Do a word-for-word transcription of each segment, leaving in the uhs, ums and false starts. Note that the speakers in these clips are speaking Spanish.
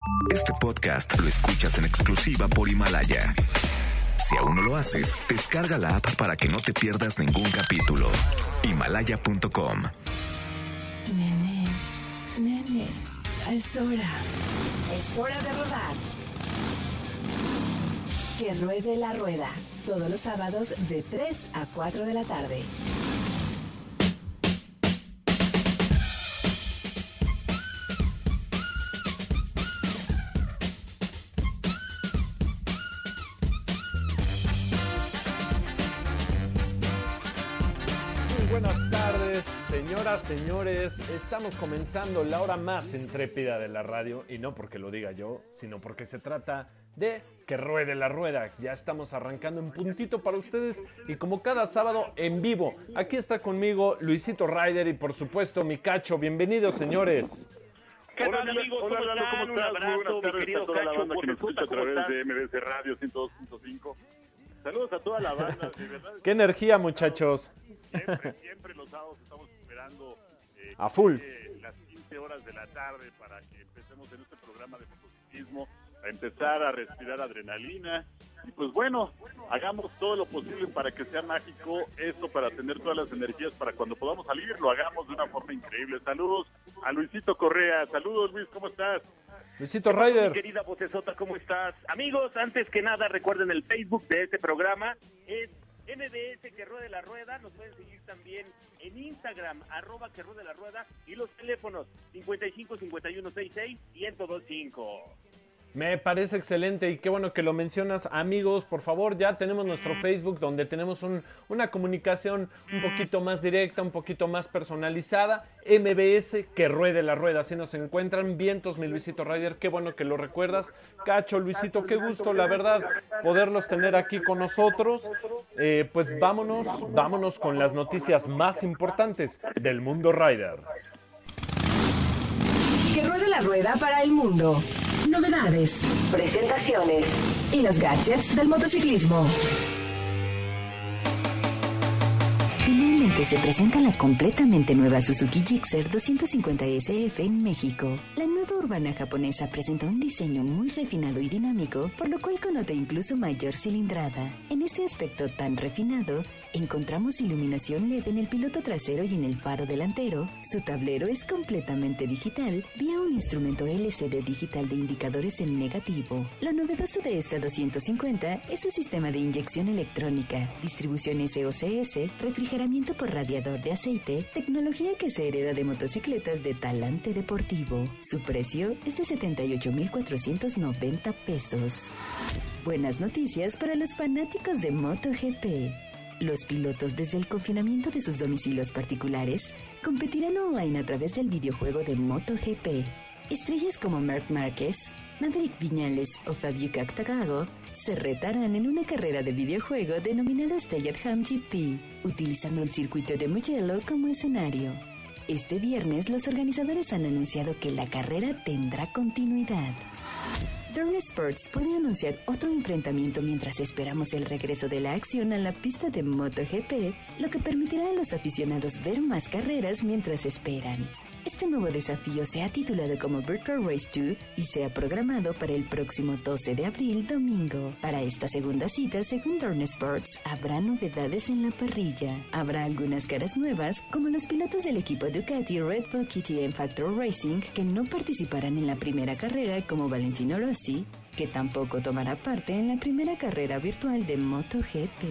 Este podcast lo escuchas en exclusiva por Himalaya. Si aún no lo haces, descarga la app para que no te pierdas ningún capítulo. Himalaya punto com. Nene, nene, ya es hora. Es hora de rodar. Que ruede la rueda. Todos los sábados de tres a cuatro de la tarde. Buenas tardes, señoras, señores. Estamos comenzando la hora más intrépida de la radio, y no porque lo diga yo, sino porque se trata de que ruede la rueda. Ya estamos arrancando en puntito para ustedes, y como cada sábado en vivo. Aquí está conmigo Luisito Ryder y por supuesto mi Cacho. Bienvenidos, señores. ¿Qué tal, amigos? ¿Cómo Hola, están? ¿cómo Un estás? abrazo, Muy buenas mi tardes querido a toda la Cacho. banda que nos Por escucha a ¿cómo través estás? de M B C Radio ciento dos punto cinco. Saludos a toda la banda, de verdad. Qué energía, muchachos. Siempre, siempre los sábados estamos esperando eh, A full. eh, las quince horas de la tarde para que empecemos en este programa de motociclismo, a empezar a respirar adrenalina. Y pues bueno, hagamos todo lo posible para que sea mágico esto, para tener todas las energías para cuando podamos salir, lo hagamos de una forma increíble. Saludos a Luisito Correa. Saludos, Luis, ¿cómo estás? Luisito Mi Ryder. querida vocesota, ¿cómo estás? Amigos, antes que nada, recuerden el Facebook de este programa. Es M B S Que Ruede la Rueda. Nos pueden seguir también en Instagram, arroba Que Ruede la Rueda. Y los teléfonos cincuenta y cinco, cincuenta y uno, sesenta y seis, ciento veinticinco. Me parece excelente y qué bueno que lo mencionas, amigos. Por favor, ya tenemos nuestro Facebook donde tenemos un, una comunicación un poquito más directa, un poquito más personalizada. M B S Que Ruede la Rueda, así nos encuentran. Vientos, mi Luisito Ryder, qué bueno que lo recuerdas. Cacho, Luisito, qué gusto, la verdad, poderlos tener aquí con nosotros. Eh, pues vámonos, vámonos con las noticias más importantes del mundo Ryder. Que ruede la rueda para el mundo. Novedades, presentaciones y los gadgets del motociclismo. Finalmente se presenta la completamente nueva Suzuki Gixxer doscientos cincuenta S F en México. La nueva urbana japonesa presenta un diseño muy refinado y dinámico, por lo cual conota incluso mayor cilindrada. En este aspecto tan refinado, encontramos iluminación L E D en el piloto trasero y en el faro delantero. Su tablero es completamente digital, vía un instrumento L C D digital de indicadores en negativo. Lo novedoso de esta doscientos cincuenta es su sistema de inyección electrónica, distribución S O C S, refrigeramiento por radiador de aceite, tecnología que se hereda de motocicletas de talante deportivo. Su precio es de setenta y ocho mil cuatrocientos noventa pesos. Buenas noticias para los fanáticos de MotoGP. Los pilotos, desde el confinamiento de sus domicilios particulares, competirán online a través del videojuego de MotoGP. Estrellas como Marc Márquez, Maverick Viñales o Fabio Quartararo se retarán en una carrera de videojuego denominada Stay at Home G P, utilizando el circuito de Mugello como escenario. Este viernes, los organizadores han anunciado que la carrera tendrá continuidad. Dorna Sports puede anunciar otro enfrentamiento mientras esperamos el regreso de la acción a la pista de MotoGP, lo que permitirá a los aficionados ver más carreras mientras esperan. Este nuevo desafío se ha titulado como Virtual Race dos y se ha programado para el próximo doce de abril, domingo. Para esta segunda cita, según Dorna Sports, habrá novedades en la parrilla. Habrá algunas caras nuevas, como los pilotos del equipo Ducati Red Bull K T M Factor Racing, que no participarán en la primera carrera, como Valentino Rossi, que tampoco tomará parte en la primera carrera virtual de MotoGP.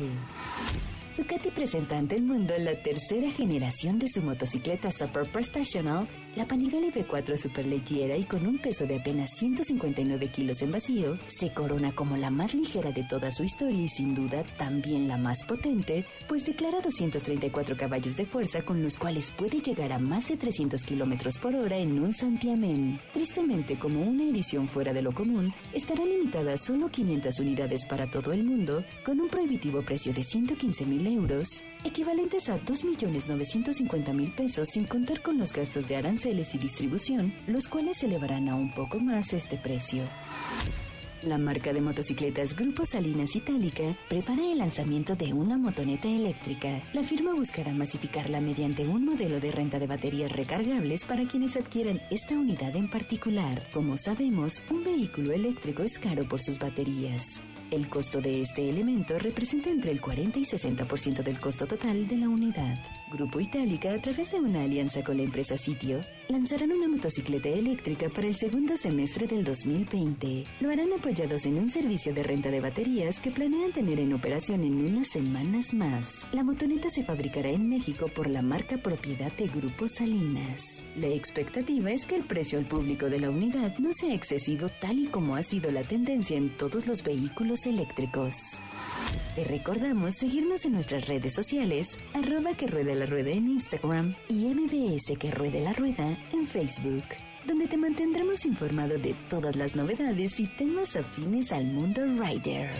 Ducati presenta ante el mundo la tercera generación de su motocicleta Super Prestational, la Panigale V cuatro superleggera y con un peso de apenas ciento cincuenta y nueve kilos en vacío, se corona como la más ligera de toda su historia y sin duda también la más potente, pues declara doscientos treinta y cuatro caballos de fuerza con los cuales puede llegar a más de trescientos kilómetros por hora en un santiamén. Tristemente, como una edición fuera de lo común, estará limitada a solo quinientas unidades para todo el mundo, con un prohibitivo precio de ciento quince mil euros, equivalentes a dos millones novecientos cincuenta mil pesos sin contar con los gastos de aranceles y distribución, los cuales elevarán a un poco más este precio. La marca de motocicletas Grupo Salinas Itálica prepara el lanzamiento de una motoneta eléctrica. La firma buscará masificarla mediante un modelo de renta de baterías recargables para quienes adquieran esta unidad en particular. Como sabemos, un vehículo eléctrico es caro por sus baterías. El costo de este elemento representa entre el cuarenta y sesenta por ciento del costo total de la unidad. Grupo Itálica, a través de una alianza con la empresa Sitio, lanzarán una motocicleta eléctrica para el segundo semestre del dos mil veinte. Lo harán apoyados en un servicio de renta de baterías que planean tener en operación en unas semanas más. La motoneta se fabricará en México por la marca propiedad de Grupo Salinas. La expectativa es que el precio al público de la unidad no sea excesivo, tal y como ha sido la tendencia en todos los vehículos eléctricos. Te recordamos seguirnos en nuestras redes sociales, arroba que ruede la rueda en Instagram y M B S que ruede la rueda en Facebook, donde te mantendremos informado de todas las novedades y temas afines al mundo rider.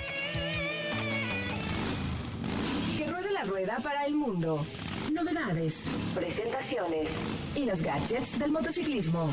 Que ruede la rueda para el mundo. Novedades, presentaciones y los gadgets del motociclismo.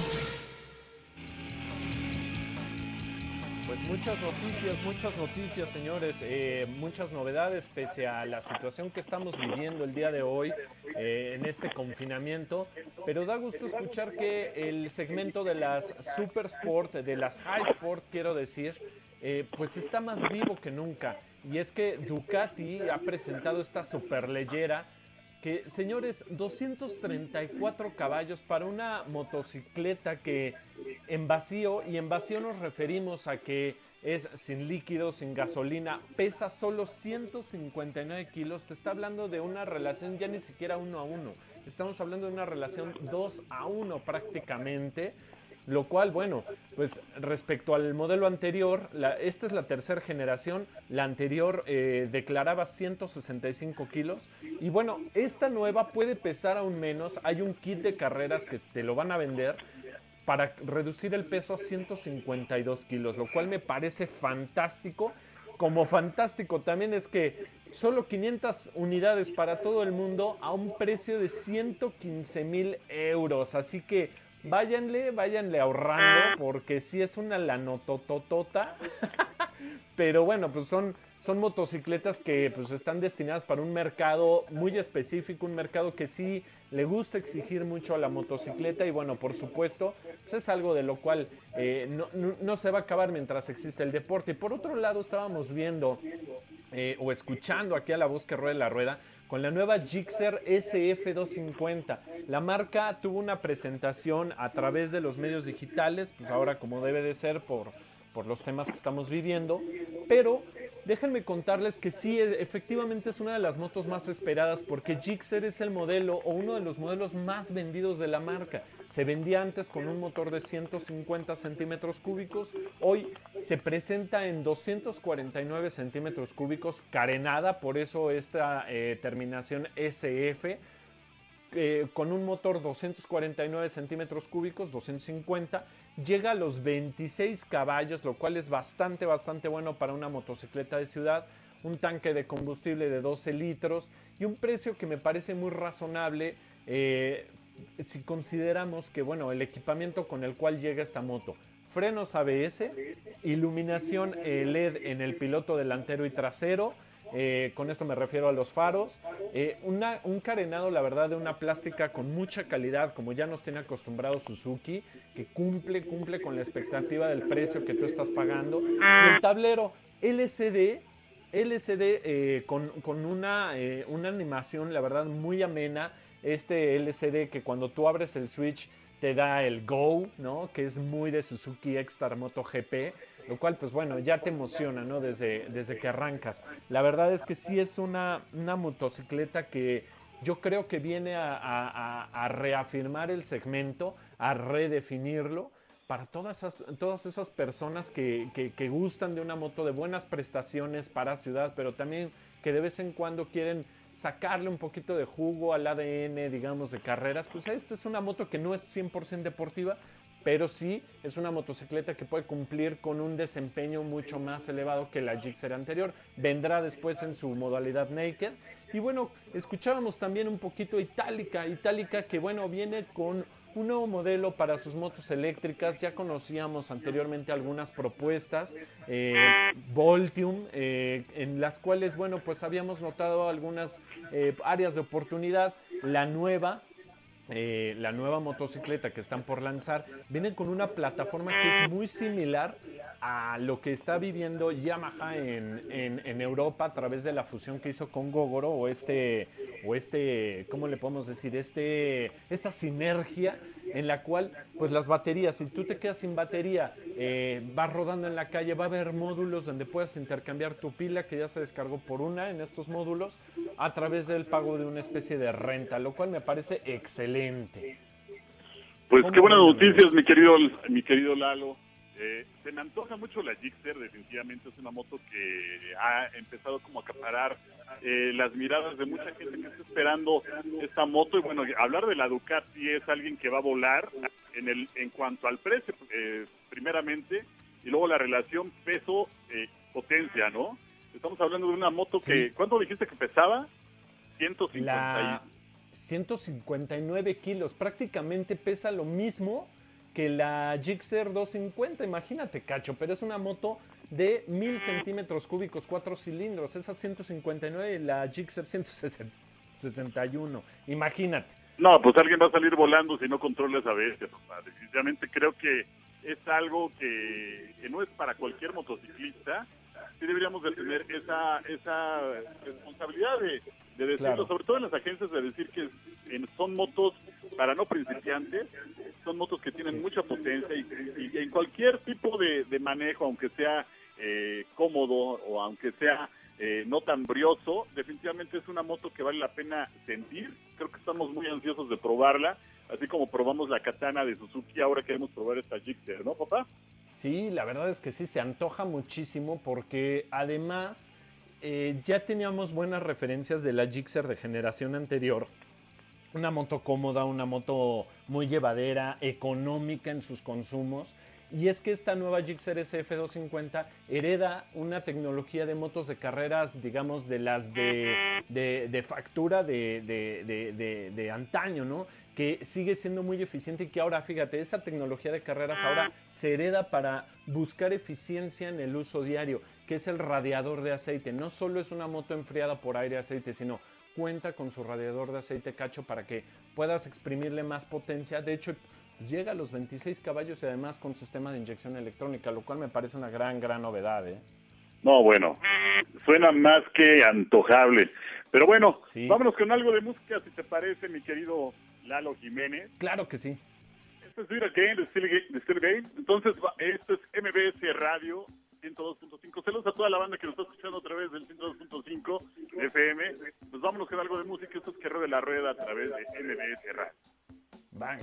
Pues muchas noticias, muchas noticias, señores, eh, muchas novedades pese a la situación que estamos viviendo el día de hoy eh, en este confinamiento, pero da gusto escuchar que el segmento de las Super Sport, de las High Sport, quiero decir, eh, pues está más vivo que nunca, y es que Ducati ha presentado esta superleyera que, señores, doscientos treinta y cuatro caballos para una motocicleta que en vacío, y en vacío nos referimos a que es sin líquido, sin gasolina, pesa solo ciento cincuenta y nueve kilos, te está hablando de una relación ya ni siquiera uno a uno, estamos hablando de una relación dos a uno prácticamente. Lo cual, bueno, pues respecto al modelo anterior, la, esta es la tercera generación, la anterior eh, declaraba ciento sesenta y cinco kilos, y bueno, esta nueva puede pesar aún menos, hay un kit de carreras que te lo van a vender para reducir el peso a ciento cincuenta y dos kilos, lo cual me parece fantástico. Como fantástico también es que solo quinientas unidades para todo el mundo a un precio de ciento quince mil euros, así que váyanle, váyanle ahorrando, porque sí es una lanotototota, pero bueno, pues son, son motocicletas que pues están destinadas para un mercado muy específico, un mercado que sí le gusta exigir mucho a la motocicleta, y bueno, por supuesto, pues es algo de lo cual eh, no, no, no se va a acabar mientras existe el deporte. Y por otro lado estábamos viendo eh, o escuchando aquí a la voz que rueda la rueda, con la nueva Gixxer S F doscientos cincuenta. La marca tuvo una presentación a través de los medios digitales, pues ahora como debe de ser por, por los temas que estamos viviendo, pero déjenme contarles que sí, efectivamente es una de las motos más esperadas, porque Gixxer es el modelo o uno de los modelos más vendidos de la marca. Se vendía antes con un motor de ciento cincuenta centímetros cúbicos, hoy se presenta en doscientos cuarenta y nueve centímetros cúbicos, carenada, por eso esta eh, terminación S F, eh, con un motor doscientos cuarenta y nueve centímetros cúbicos, doscientos cincuenta, llega a los veintiséis caballos, lo cual es bastante, bastante bueno para una motocicleta de ciudad, un tanque de combustible de doce litros y un precio que me parece muy razonable, eh, si consideramos que, bueno, el equipamiento con el cual llega esta moto: frenos A B S, iluminación eh, L E D en el piloto delantero y trasero, eh, con esto me refiero a los faros, eh, una, un carenado, la verdad, de una plástica con mucha calidad, como ya nos tiene acostumbrado Suzuki, que cumple, cumple con la expectativa del precio que tú estás pagando, y el tablero L C D, L C D eh, con, con una, eh, una animación, la verdad, muy amena. Este L C D que cuando tú abres el switch te da el Go, ¿no? Que es muy de Suzuki X-Star Moto G P, lo cual, pues bueno, ya te emociona, ¿no? Desde, desde que arrancas. La verdad es que sí es una, una motocicleta que yo creo que viene a, a, a reafirmar el segmento, a redefinirlo, para todas esas, todas esas personas que, que, que gustan de una moto de buenas prestaciones para ciudad, pero también que de vez en cuando quieren sacarle un poquito de jugo al A D N, digamos, de carreras. Pues esta es una moto que no es cien por ciento deportiva, pero sí es una motocicleta que puede cumplir con un desempeño mucho más elevado que la Gixxer anterior. Vendrá después en su modalidad Naked. Y bueno, escuchábamos también un poquito Itálica, Itálica que bueno, viene con un nuevo modelo para sus motos eléctricas. Ya conocíamos anteriormente algunas propuestas, eh, Voltium, eh, en las cuales, bueno, pues habíamos notado algunas eh, áreas de oportunidad. La nueva, eh, la nueva motocicleta que están por lanzar, viene con una plataforma que es muy similar a lo que está viviendo Yamaha en, en, en Europa a través de la fusión que hizo con Gogoro, o este, o este, ¿cómo le podemos decir? Este, esta sinergia en la cual, pues las baterías, si tú te quedas sin batería, eh, vas rodando en la calle, va a haber módulos donde puedas intercambiar tu pila que ya se descargó por una en estos módulos a través del pago de una especie de renta, lo cual me parece excelente. Pues qué buenas noticias, mi querido, mi querido Lalo. Eh, se me antoja mucho la Gixxer, definitivamente es una moto que ha empezado como a acaparar eh, las miradas de mucha gente que está esperando esta moto. Y bueno, hablar de la Ducati es alguien que va a volar en el en cuanto al precio, eh, primeramente, y luego la relación peso-potencia, eh, ¿no? Estamos hablando de una moto sí. que, ¿cuánto dijiste que pesaba? ciento cincuenta La... ciento cincuenta y nueve kilos, prácticamente pesa lo mismo que la Gixxer doscientos cincuenta, imagínate, Cacho, pero es una moto de mil centímetros cúbicos, cuatro cilindros, esa ciento cincuenta y nueve y la Gixxer ciento sesenta y uno, imagínate. No, pues alguien va a salir volando si no controla esa bestia, papá. Definitivamente creo que es algo que, que no es para cualquier motociclista. Sí deberíamos de tener esa esa responsabilidad de, de decirlo, claro. Sobre todo en las agencias, de decir que son motos para no principiantes, son motos que tienen sí. mucha potencia y, y, y en cualquier tipo de, de manejo, aunque sea eh, cómodo o aunque sea eh, no tan brioso, definitivamente es una moto que vale la pena sentir. Creo que estamos muy ansiosos de probarla, así como probamos la Katana de Suzuki, ahora queremos probar esta Gixxer, ¿no, papá? Sí, la verdad es que sí, se antoja muchísimo porque además eh, ya teníamos buenas referencias de la Gixxer de generación anterior. Una moto cómoda, una moto muy llevadera, económica en sus consumos. Y es que esta nueva Gixxer S F doscientos cincuenta hereda una tecnología de motos de carreras, digamos, de las de, de, de factura de, de, de, de, de antaño, ¿no? Que sigue siendo muy eficiente y que ahora, fíjate, esa tecnología de carreras ahora se hereda para buscar eficiencia en el uso diario, que es el radiador de aceite. No solo es una moto enfriada por aire y aceite, sino cuenta con su radiador de aceite, Cacho, para que puedas exprimirle más potencia. De hecho, llega a los veintiséis caballos y además con sistema de inyección electrónica, lo cual me parece una gran, gran novedad, ¿eh? No, bueno, suena más que antojable. Pero bueno, sí. Vámonos con algo de música, si te parece, mi querido Lalo Jiménez. Claro que sí. Esto es Do It Again, de Still, de Still Again. Entonces, esto es M B S Radio ciento dos punto cinco. Saludos a toda la banda que nos está escuchando a través del ciento dos punto cinco F M. Pues vámonos con algo de música. Esto es Que Ruede la Rueda a través de M B S Radio. Bang.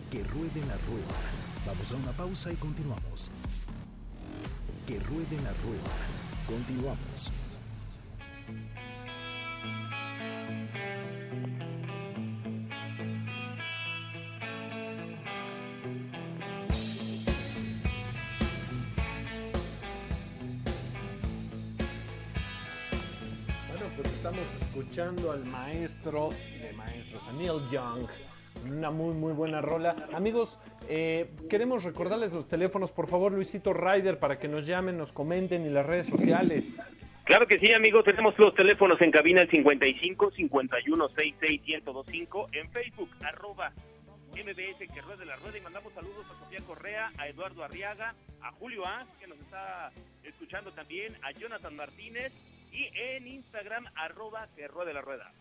Que ruede la rueda. Vamos a una pausa y continuamos. Que ruede la rueda. Continuamos. Pues estamos escuchando al maestro de maestros, a Neil Young, una muy muy buena rola. Amigos, eh, queremos recordarles los teléfonos, por favor, Luisito Ryder, para que nos llamen, nos comenten, y las redes sociales. Claro que sí, amigos, tenemos los teléfonos en cabina, el cincuenta y cinco, cincuenta y uno, sesenta y seis, ciento veinticinco, en Facebook, arroba M B S que ruede la rueda, y mandamos saludos a Sofía Correa, a Eduardo Arriaga, a Julio A, que nos está escuchando también, a Jonathan Martínez, y en Instagram, arroba que ruede la rueda.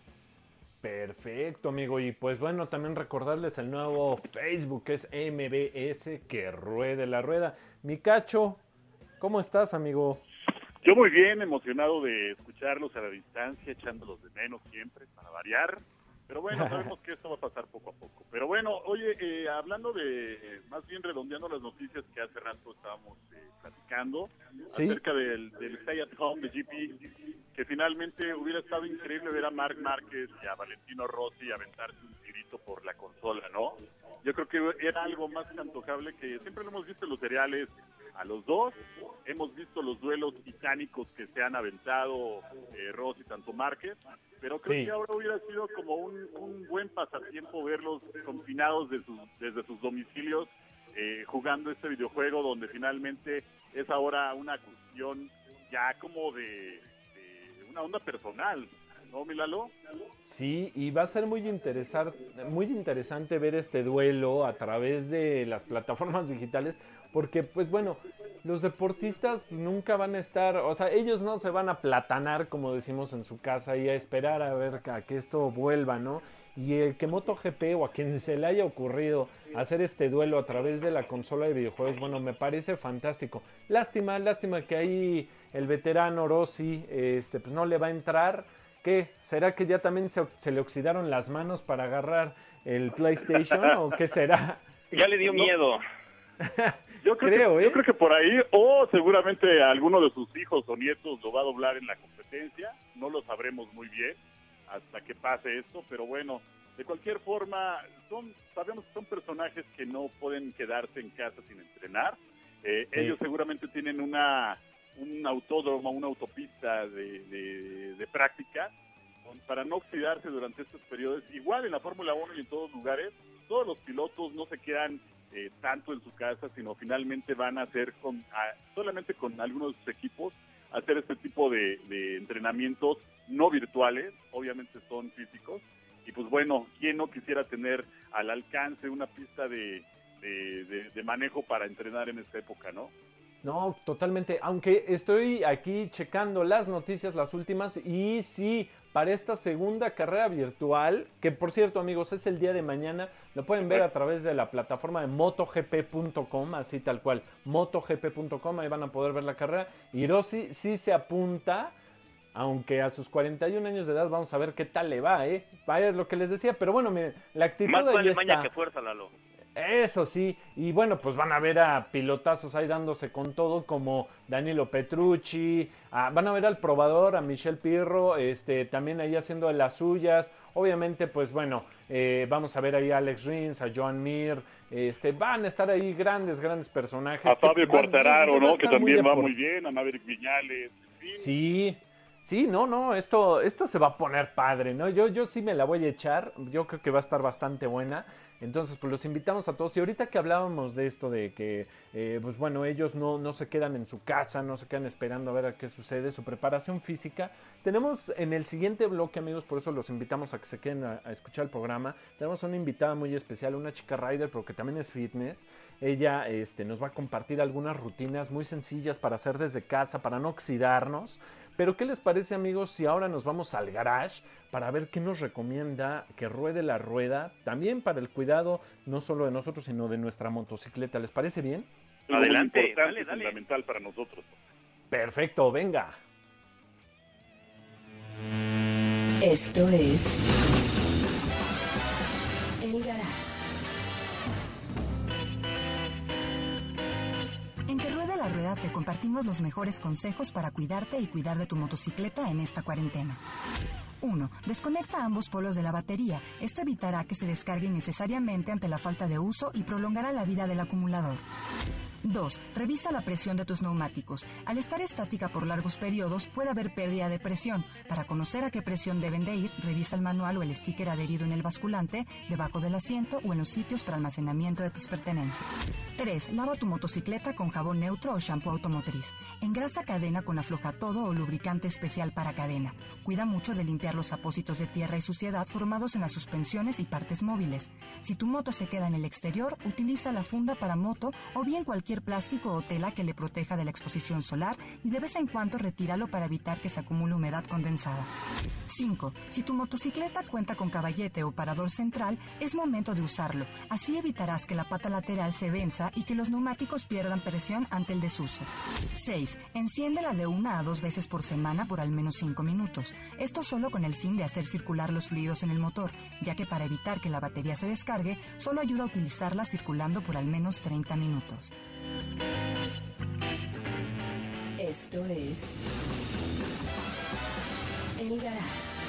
Perfecto, amigo, y pues bueno, también recordarles el nuevo Facebook, que es M B S que ruede la rueda. Mi Cacho, ¿cómo estás, amigo? Yo muy bien, emocionado de escucharlos a la distancia, echándolos de menos siempre, para variar. Pero bueno, sabemos que esto va a pasar poco a poco. Pero bueno, oye, eh, hablando de, eh, más bien redondeando las noticias que hace rato estábamos eh, platicando, ¿sí?, acerca del, del Stay at Home de G P, que finalmente hubiera estado increíble ver a Marc Márquez y a Valentino Rossi aventarse un tirito por la consola, ¿no? Yo creo que era algo más antojable, que siempre lo hemos visto en los seriales a los dos, hemos visto los duelos titánicos que se han aventado eh, Rossi, tanto Márquez, pero creo sí. que ahora hubiera sido como un, un buen pasatiempo verlos confinados de sus, desde sus domicilios, eh, jugando este videojuego, donde finalmente es ahora una cuestión ya como de, de una onda personal, ¿no, Milalo? Sí, y va a ser muy interesar, muy interesante ver este duelo a través de las plataformas digitales, porque pues bueno, los deportistas nunca van a estar, o sea, ellos no se van a platanar, como decimos en su casa, y a esperar a ver a que esto vuelva, ¿no? Y el que MotoGP o a quien se le haya ocurrido hacer este duelo a través de la consola de videojuegos, bueno, me parece fantástico. Lástima, lástima que ahí el veterano Rossi, este, pues no le va a entrar. ¿Qué? ¿Será que ya también se, se le oxidaron las manos para agarrar el PlayStation o qué será? Ya le dio miedo. Yo creo, creo, que, ¿eh? yo creo que por ahí, o seguramente alguno de sus hijos o nietos lo va a doblar en la competencia, no lo sabremos muy bien hasta que pase esto, pero bueno, de cualquier forma, son sabemos que son personajes que no pueden quedarse en casa sin entrenar, eh, sí. ellos seguramente tienen una un autódromo, una autopista de, de, de práctica para no oxidarse durante estos periodos. Igual en la Fórmula uno y en todos lugares, todos los pilotos no se quedan eh, tanto en su casa, sino finalmente van a hacer con a, solamente con algunos de sus equipos, hacer este tipo de, de entrenamientos no virtuales, obviamente son físicos, y pues bueno, ¿quién no quisiera tener al alcance una pista de, de, de, de manejo para entrenar en esta época, ¿no? No, totalmente, aunque estoy aquí checando las noticias, las últimas, y sí, para esta segunda carrera virtual, que por cierto, amigos, es el día de mañana, lo pueden ver a través de la plataforma de MotoGP punto com, así tal cual, MotoGP punto com, ahí van a poder ver la carrera, y Rossi sí se apunta, aunque a sus cuarenta y un años de edad, vamos a ver qué tal le va, ¿eh? Vaya, es lo que les decía, pero bueno, miren, la actitud Más vale ahí maña está. que fuerza, Lalo. Eso sí, y bueno, pues van a ver a pilotazos ahí dándose con todo, como Danilo Petrucci, a, van a ver al probador, a Michel Pirro, este, también ahí haciendo de las suyas, obviamente, pues bueno, eh, vamos a ver ahí a Alex Rins, a Joan Mir, este, van a estar ahí grandes, grandes personajes. A Fabio Quartararo, ¿no? Que también va muy bien, a Maverick Viñales. Sí. sí. Sí, no, no, esto, esto se va a poner padre, ¿no? Yo, yo sí me la voy a echar, yo creo que va a estar bastante buena. Entonces, pues los invitamos a todos. Y ahorita que hablábamos de esto, de que, eh, pues bueno, ellos no, no se quedan en su casa, no se quedan esperando a ver a qué sucede, su preparación física. Tenemos en el siguiente bloque, amigos, por eso los invitamos a que se queden a, a escuchar el programa. Tenemos una invitada muy especial, una chica rider, pero que también es fitness. Ella este, nos va a compartir algunas rutinas muy sencillas para hacer desde casa, para no oxidarnos. Pero ¿qué les parece, amigos, si ahora nos vamos al garage para ver qué nos recomienda que ruede la rueda? También para el cuidado no solo de nosotros, sino de nuestra motocicleta. ¿Les parece bien? Adelante, muy importante, dale, dale. Fundamental para nosotros. Perfecto, venga. Esto es El Garage. Rueda te compartimos los mejores consejos para cuidarte y cuidar de tu motocicleta en esta cuarentena. uno. Desconecta ambos polos de la batería. Esto evitará que se descargue innecesariamente ante la falta de uso y prolongará la vida del acumulador. dos. Revisa la presión de tus neumáticos. Al estar estática por largos periodos, puede haber pérdida de presión. Para conocer a qué presión deben de ir, revisa el manual o el sticker adherido en el basculante, debajo del asiento o en los sitios para almacenamiento de tus pertenencias. tres. Lava tu motocicleta con jabón neutro o shampoo automotriz. Engrasa cadena con aflojatodo o lubricante especial para cadena. Cuida mucho de limpiar los apósitos de tierra y suciedad formados en las suspensiones y partes móviles. Si tu moto se queda en el exterior, utiliza la funda para moto o bien cualquier plástico o tela que le proteja de la exposición solar y de vez en cuando retíralo para evitar que se acumule humedad condensada. cinco. Si tu motocicleta cuenta con caballete o parador central, es momento de usarlo. Así evitarás que la pata lateral se venza y que los neumáticos pierdan presión ante el desuso. seis. Enciéndela de una a dos veces por semana por al menos cinco minutos. Esto solo con el fin de hacer circular los fluidos en el motor, ya que para evitar que la batería se descargue, solo ayuda a utilizarla circulando por al menos treinta minutos. Esto es El Garage.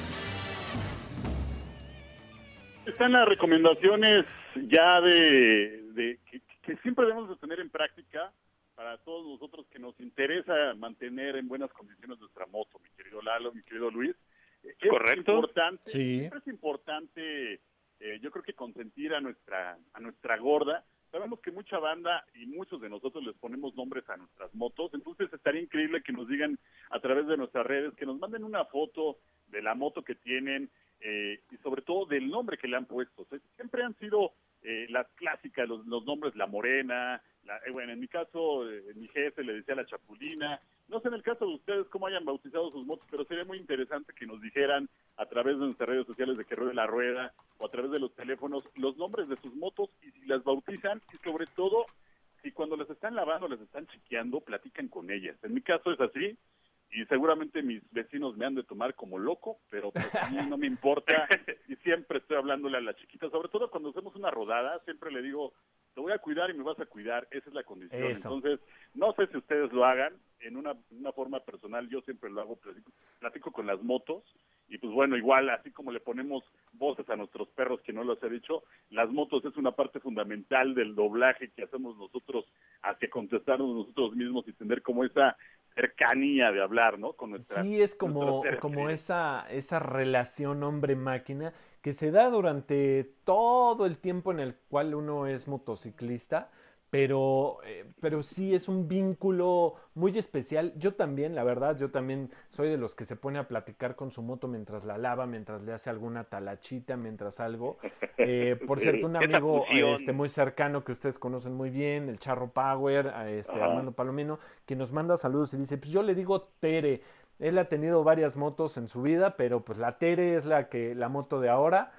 Están las recomendaciones ya de, de que, que siempre debemos de tener en práctica para todos nosotros que nos interesa mantener en buenas condiciones nuestra moto, mi querido Lalo, mi querido Luis. Es correcto. Importante, Sí. Siempre es importante, eh, yo creo que consentir a nuestra a nuestra gorda. Sabemos que mucha banda y muchos de nosotros les ponemos nombres a nuestras motos, entonces estaría increíble que nos digan a través de nuestras redes, que nos manden una foto de la moto que tienen eh, y sobre todo del nombre que le han puesto. O sea, siempre han sido eh, las clásicas, los, los nombres La Morena, la, eh, bueno, en mi caso, eh, mi jefe le decía La Chapulina. No sé en el caso de ustedes cómo hayan bautizado sus motos, pero sería muy interesante que nos dijeran a través de nuestras redes sociales de Que Ruede la Rueda o a través de los teléfonos los nombres de sus motos y si las bautizan y sobre todo si cuando las están lavando, las están chequeando, platican con ellas. En mi caso es así y seguramente mis vecinos me han de tomar como loco, pero pues a mí no me importa y siempre estoy hablándole a la chiquita, sobre todo cuando hacemos una rodada, siempre le digo, te voy a cuidar y me vas a cuidar, esa es la condición. Eso. Entonces, no sé si ustedes lo hagan, en una, una forma personal yo siempre lo hago, platico, platico con las motos y pues bueno, igual así como le ponemos voces a nuestros perros, que no los he dicho, las motos es una parte fundamental del doblaje que hacemos nosotros hacia contestarnos nosotros mismos y tener como esa cercanía de hablar, ¿no? Con nuestra, Sí, es como, como esa, esa relación hombre-máquina que se da durante todo el tiempo en el cual uno es motociclista, pero, eh, pero sí es un vínculo muy especial. Yo también, la verdad, yo también soy de los que se pone a platicar con su moto mientras la lava, mientras le hace alguna talachita, mientras algo. Eh, por cierto, un amigo este, muy cercano que ustedes conocen muy bien, el Charro Power, este, Armando Palomino, que nos manda saludos y dice, pues yo le digo Tere. Él ha tenido varias motos en su vida, pero pues la Tere es la que la moto de ahora.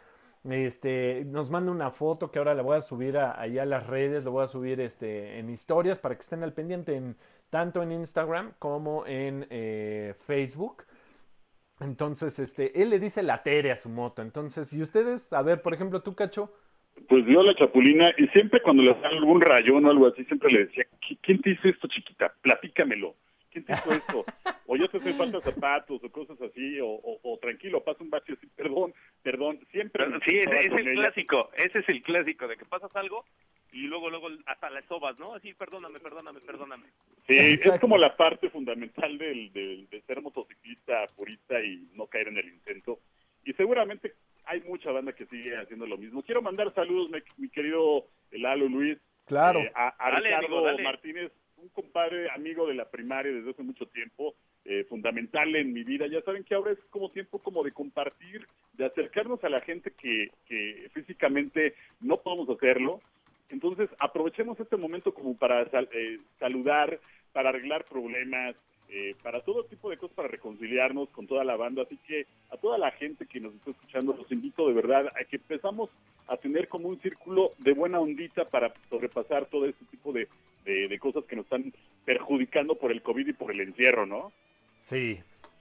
Este, nos manda una foto que ahora la voy a subir a, allá a las redes, lo voy a subir este, en historias para que estén al pendiente en, tanto en Instagram como en eh, Facebook. Entonces, este, él le dice la Tere a su moto. Entonces, si ustedes, a ver, por ejemplo, tú, Cacho. Pues yo La Chapulina, y siempre cuando le sale algún rayón o algo así, siempre le decía, ¿quién te hizo esto, chiquita? Platícamelo. ¿Quién te hizo esto? O ya te hacen falta zapatos o cosas así, o, o, o tranquilo, pasa un bache así, perdón, perdón, siempre. Sí, ese es el ella. clásico, ese es el clásico, de que pasas algo y luego, luego hasta las sobas, ¿no? Así, perdóname, perdóname, perdóname. Sí, exacto. Es como la parte fundamental del, del, de ser motociclista purista y no caer en el intento. Y seguramente hay mucha banda que sigue haciendo lo mismo. Quiero mandar saludos, mi, mi querido Lalo, Luis. Claro. Eh, a, a dale, Ricardo amigo, dale. Martínez, un compadre, amigo de la primaria desde hace mucho tiempo, eh, fundamental en mi vida. Ya saben que ahora es como tiempo como de compartir, de acercarnos a la gente que, que físicamente no podemos hacerlo. Entonces, aprovechemos este momento como para sal, eh, saludar, para arreglar problemas, eh, para todo tipo de cosas, para reconciliarnos con toda la banda. Así que a toda la gente que nos está escuchando, los invito de verdad a que empezamos a tener como un círculo de buena ondita para sobrepasar todo este tipo de De, de cosas que nos están perjudicando por el COVID y por el encierro, ¿no? Sí,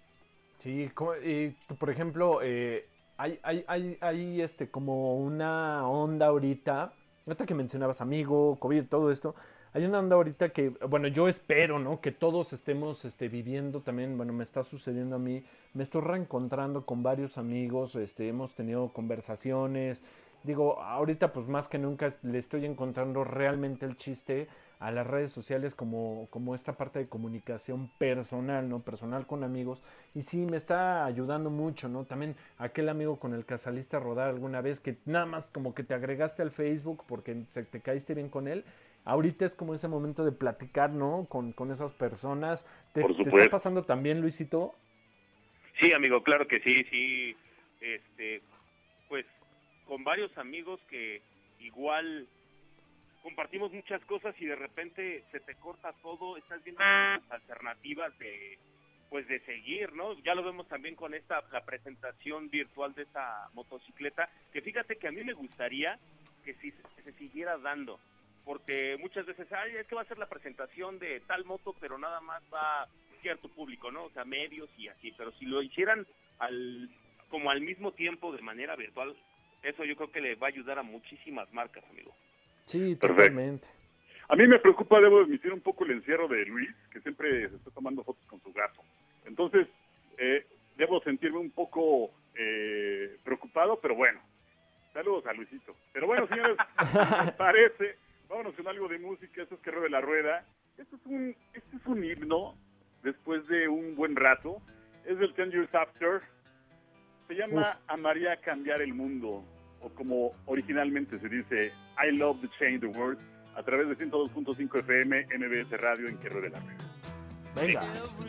sí, como, y, por ejemplo, eh, hay, hay, hay, hay este como una onda ahorita, ahorita que mencionabas amigo, COVID, todo esto, hay una onda ahorita que, bueno, yo espero, ¿no? Que todos estemos este, viviendo también, bueno, me está sucediendo a mí, me estoy reencontrando con varios amigos, este, hemos tenido conversaciones, digo, ahorita pues más que nunca le estoy encontrando realmente el chiste a las redes sociales como, como esta parte de comunicación personal, ¿no? Personal con amigos. Y sí, me está ayudando mucho, ¿no? También aquel amigo con el que saliste a rodar alguna vez, que nada más como que te agregaste al Facebook porque se, te caíste bien con él. Ahorita es como ese momento de platicar, ¿no? Con, con esas personas. ¿Te, Por ¿Te supuesto. está pasando también, Luisito? Sí, amigo, claro que sí, sí. Este, pues con varios amigos que igual compartimos muchas cosas y de repente se te corta todo, estás viendo alternativas de pues de seguir, ¿no? Ya lo vemos también con esta la presentación virtual de esta motocicleta, que fíjate que a mí me gustaría que si que se siguiera dando, porque muchas veces, ay, es que va a ser la presentación de tal moto, pero nada más va cierto público, ¿no? O sea, medios y así, pero si lo hicieran al como al mismo tiempo de manera virtual, eso yo creo que le va a ayudar a muchísimas marcas, amigo. Sí, Perfecto. totalmente. A mí me preocupa, debo admitir, un poco el encierro de Luis, que siempre se está tomando fotos con su gato. Entonces, eh, debo sentirme un poco eh, preocupado, pero bueno. Saludos a Luisito. Pero bueno, señores, ¿les parece? Vámonos con algo de música. Esto es Que Ruede la Rueda. Esto es un, este es un himno después de un buen rato. Es del Ten Years After. Se llama Uf. Amaría cambiar el mundo, o como originalmente se dice, I love to change the world, a través de ciento dos punto cinco F M, M B S Radio en Que Ruede la Rueda. Venga.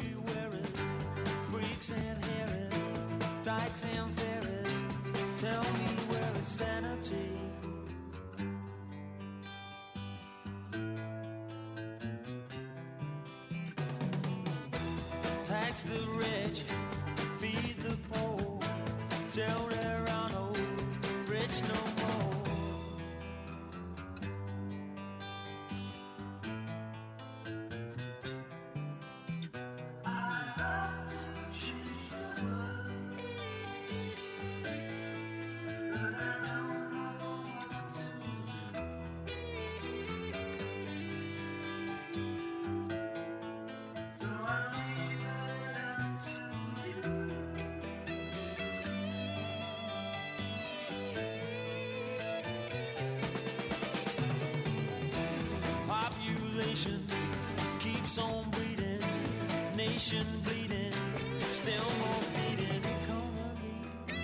Tax the rich, feed the poor, tell there are no rich no more. I love to change the world, but I don't know what to do. So I leave it up to you. Population keeps on breeding, nation bleeding, still more bleeding economy.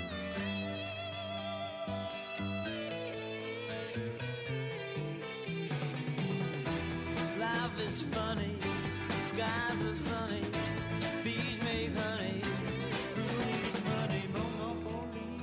Life is funny, skies are sunny, bees make honey, who needs money, monopoly.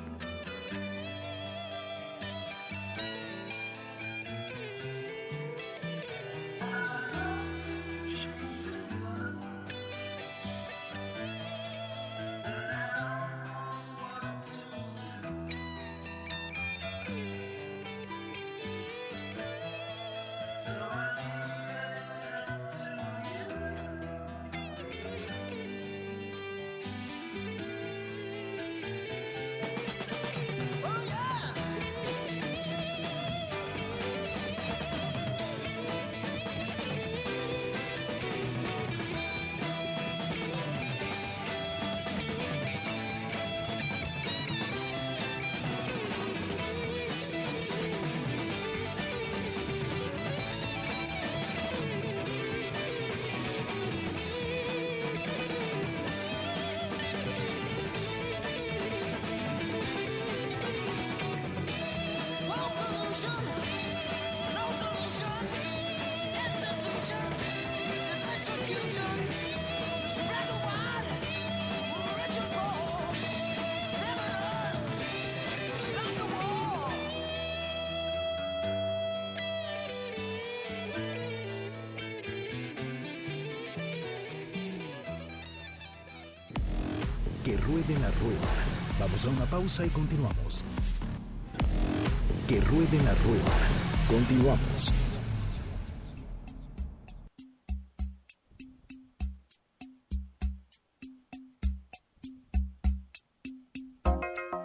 Que ruede la rueda. Vamos a una pausa y continuamos. Que ruede la rueda. Continuamos.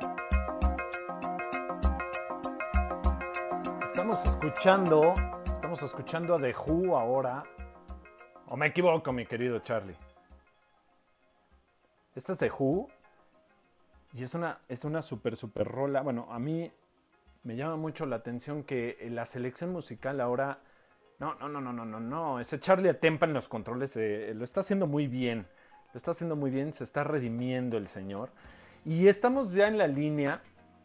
Estamos escuchando, estamos Estamos escuchando a The Who ahora. ¿O me equivoco, mi querido Charlie? Esta es The Who. Y es una, es una super, super rola. Bueno, a mí me llama mucho la atención que la selección musical ahora... No, no, no, no, no, no, no. Ese Charlie Atempa en los controles eh, lo está haciendo muy bien. Lo está haciendo muy bien, se está redimiendo el señor. Y estamos ya en la línea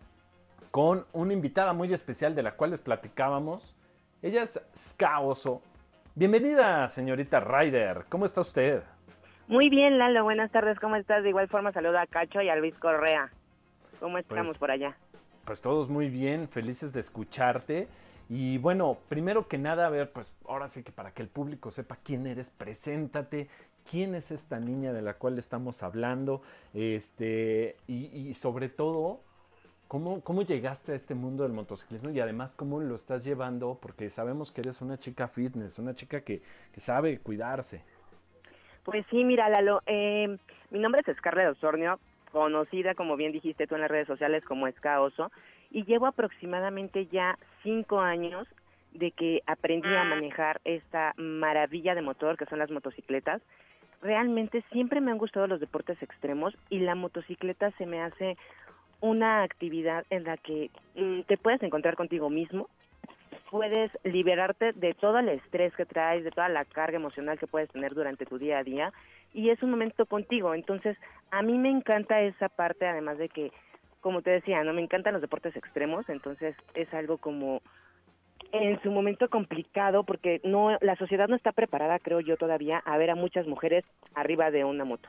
con una invitada muy especial de la cual les platicábamos. Ella es Ska Oso. Bienvenida, señorita Ryder. ¿Cómo está usted? Muy bien, Lalo. Buenas tardes. ¿Cómo estás? De igual forma saludo a Cacho y a Luis Correa. ¿Cómo estamos Pues, por allá? Pues todos muy bien, felices de escucharte. Y bueno, primero que nada, a ver, pues ahora sí que para que el público sepa quién eres, preséntate. ¿Quién es esta niña de la cual estamos hablando? Este, y, y sobre todo, ¿cómo, ¿cómo llegaste a este mundo del motociclismo? Y además, ¿cómo lo estás llevando? Porque sabemos que eres una chica fitness, una chica que, que sabe cuidarse. Pues sí, mira, Lalo, eh, mi nombre es Scarlett Osornio, conocida, como bien dijiste tú en las redes sociales, como Ska Oso, y llevo aproximadamente ya cinco años de que aprendí a manejar esta maravilla de motor que son las motocicletas. Realmente siempre me han gustado los deportes extremos y la motocicleta se me hace una actividad en la que mm, te puedes encontrar contigo mismo, puedes liberarte de todo el estrés que traes, de toda la carga emocional que puedes tener durante tu día a día, y es un momento contigo. Entonces, a mí me encanta esa parte, además de que, como te decía, no me encantan los deportes extremos, entonces es algo como en su momento complicado, porque no, la sociedad no está preparada, creo yo todavía, a ver a muchas mujeres arriba de una moto.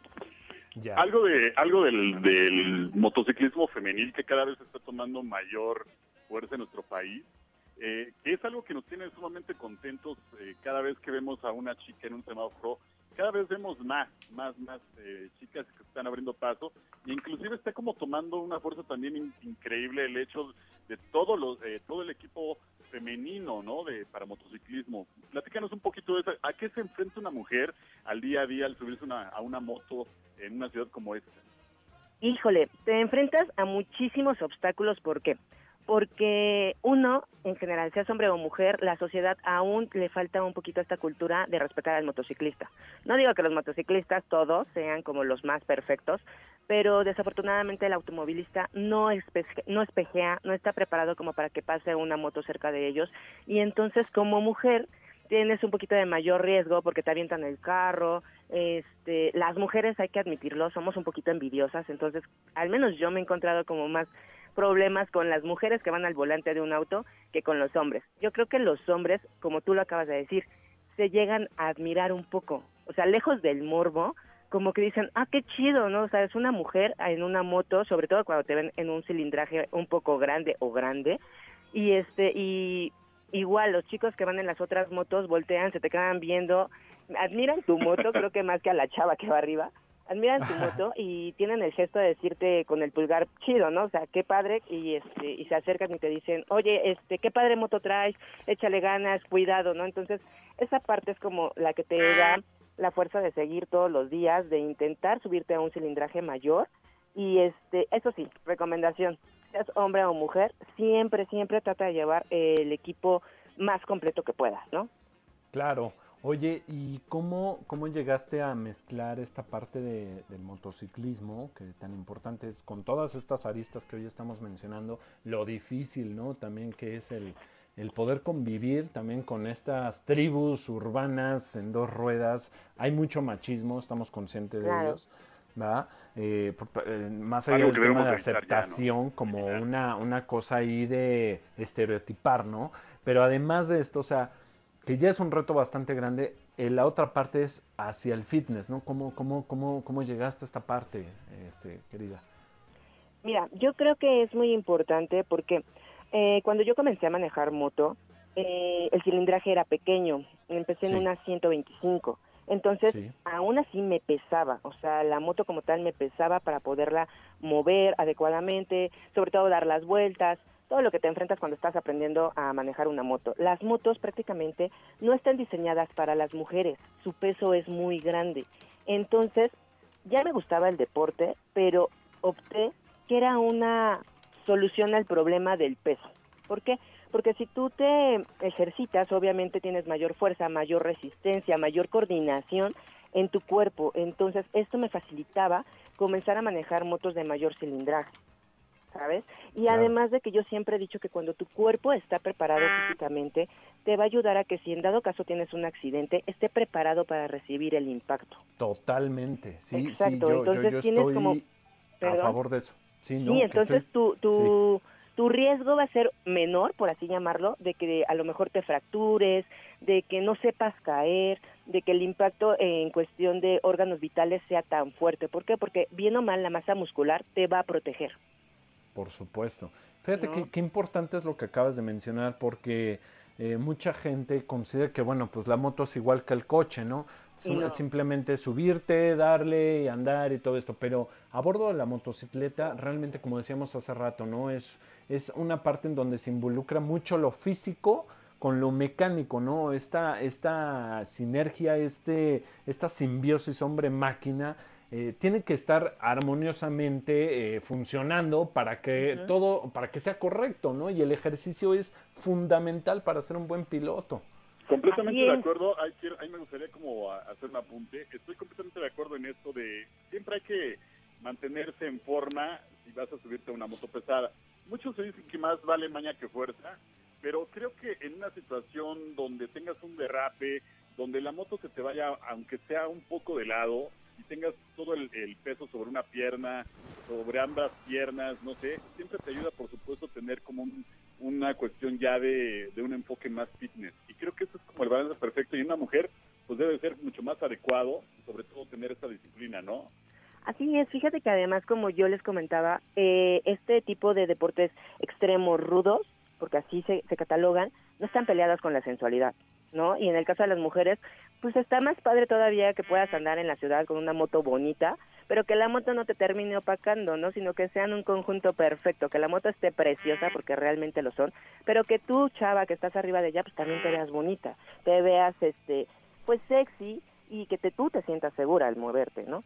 Ya. Algo de algo del, del motociclismo femenil que cada vez está tomando mayor fuerza en nuestro país, eh, que es algo que nos tiene sumamente contentos eh, cada vez que vemos a una chica en un semáforo. Cada vez vemos más, más, más eh, chicas que están abriendo paso, e inclusive está como tomando una fuerza también in- increíble el hecho de todo los, eh, todo el equipo femenino, ¿no? De para motociclismo. Platícanos un poquito de eso. ¿A qué se enfrenta una mujer al día a día al subirse una, a una moto en una ciudad como esta? Híjole, te enfrentas a muchísimos obstáculos. ¿Por qué? Porque uno, en general, seas hombre o mujer, la sociedad aún le falta un poquito esta cultura de respetar al motociclista. No digo que los motociclistas todos sean como los más perfectos, pero desafortunadamente el automovilista no, espe- no espejea, no está preparado como para que pase una moto cerca de ellos, y entonces como mujer tienes un poquito de mayor riesgo porque te avientan el carro. Este, las mujeres, hay que admitirlo, somos un poquito envidiosas, entonces al menos yo me he encontrado como más problemas con las mujeres que van al volante de un auto que con los hombres. Yo creo que los hombres, como tú lo acabas de decir, se llegan a admirar un poco, o sea, lejos del morbo, como que dicen, ah, qué chido, ¿no? O sea, es una mujer en una moto, sobre todo cuando te ven en un cilindraje un poco grande o grande, y este, y igual los chicos que van en las otras motos voltean, se te quedan viendo, admiran tu moto, creo que más que a la chava que va arriba, admiran tu moto y tienen el gesto de decirte con el pulgar, chido, ¿no? O sea, qué padre, y este y se acercan y te dicen, oye, este, qué padre moto traes, échale ganas, cuidado, ¿no? Entonces, esa parte es como la que te da la fuerza de seguir todos los días, de intentar subirte a un cilindraje mayor, y este, eso sí, recomendación, seas hombre o mujer, siempre, siempre trata de llevar el equipo más completo que puedas, ¿no? Claro. Oye, ¿y cómo, cómo llegaste a mezclar esta parte de, del motociclismo, que tan importante es, con todas estas aristas que hoy estamos mencionando, lo difícil, ¿no? También que es el, el poder convivir también con estas tribus urbanas en dos ruedas. Hay mucho machismo, estamos conscientes de Claro. ellos, ¿verdad? Eh, por- eh, más allá Algo del que tema debemos de evitar ya, ¿no? aceptación como Eliminar. una, una cosa ahí de estereotipar, ¿no? Pero además de esto, o sea, que ya es un reto bastante grande, eh, la otra parte es hacia el fitness, ¿no? ¿Cómo, cómo, cómo, cómo llegaste a esta parte, este, querida? Mira, yo creo que es muy importante porque eh, cuando yo comencé a manejar moto, eh, el cilindraje era pequeño, empecé en Sí. una ciento veinticinco, entonces Sí. aún así me pesaba, o sea, la moto como tal me pesaba para poderla mover adecuadamente, sobre todo dar las vueltas, todo lo que te enfrentas cuando estás aprendiendo a manejar una moto. Las motos prácticamente no están diseñadas para las mujeres, su peso es muy grande, entonces ya me gustaba el deporte, pero opté que era una solución al problema del peso. ¿Por qué? Porque si tú te ejercitas, obviamente tienes mayor fuerza, mayor resistencia, mayor coordinación en tu cuerpo. Entonces, esto me facilitaba comenzar a manejar motos de mayor cilindraje, ¿sabes? Y claro. Además de que yo siempre he dicho que cuando tu cuerpo está preparado físicamente, te va a ayudar a que si en dado caso tienes un accidente, esté preparado para recibir el impacto. Totalmente, sí, Exacto. sí, yo, entonces yo, yo tienes estoy como, a favor de eso. Sí, no, sí entonces estoy... tu, tu, sí. tu riesgo va a ser menor, por así llamarlo, de que a lo mejor te fractures, de que no sepas caer, de que el impacto en cuestión de órganos vitales sea tan fuerte. ¿Por qué? Porque bien o mal la masa muscular te va a proteger. Por supuesto. Fíjate ¿no? que, qué importante es lo que acabas de mencionar, porque eh, mucha gente considera que, bueno, pues la moto es igual que el coche, ¿no? No. Simplemente subirte, darle y andar y todo esto, pero a bordo de la motocicleta, realmente, como decíamos hace rato, ¿no? Es, es una parte en donde se involucra mucho lo físico con lo mecánico, ¿no? Esta, esta sinergia, este, esta simbiosis hombre-máquina, Eh, tiene que estar armoniosamente eh, funcionando para que uh-huh. todo, para que sea correcto, ¿no? Y el ejercicio es fundamental para ser un buen piloto. Completamente de acuerdo. Ahí, quiero, ahí me gustaría como hacer un apunte. Estoy completamente de acuerdo en esto de siempre hay que mantenerse en forma si vas a subirte a una moto pesada. Muchos se dicen que más vale maña que fuerza, pero creo que en una situación donde tengas un derrape, donde la moto se te vaya, aunque sea un poco de lado, y tengas todo el, el peso sobre una pierna, sobre ambas piernas, no sé, siempre te ayuda, por supuesto, tener como un, una cuestión ya de, de un enfoque más fitness. Y creo que eso es como el balance perfecto. Y una mujer, pues debe ser mucho más adecuado, sobre todo tener esta disciplina, ¿no? Así es, fíjate que además, como yo les comentaba, eh, este tipo de deportes extremos rudos, porque así se, se catalogan, no están peleadas con la sensualidad, ¿no? Y en el caso de las mujeres, pues está más padre todavía que puedas andar en la ciudad con una moto bonita, pero que la moto no te termine opacando, ¿no? Sino que sean un conjunto perfecto, que la moto esté preciosa, porque realmente lo son, pero que tú, chava, que estás arriba de ella, pues también te veas bonita, te veas, este, pues sexy, y que te, tú te sientas segura al moverte, ¿no?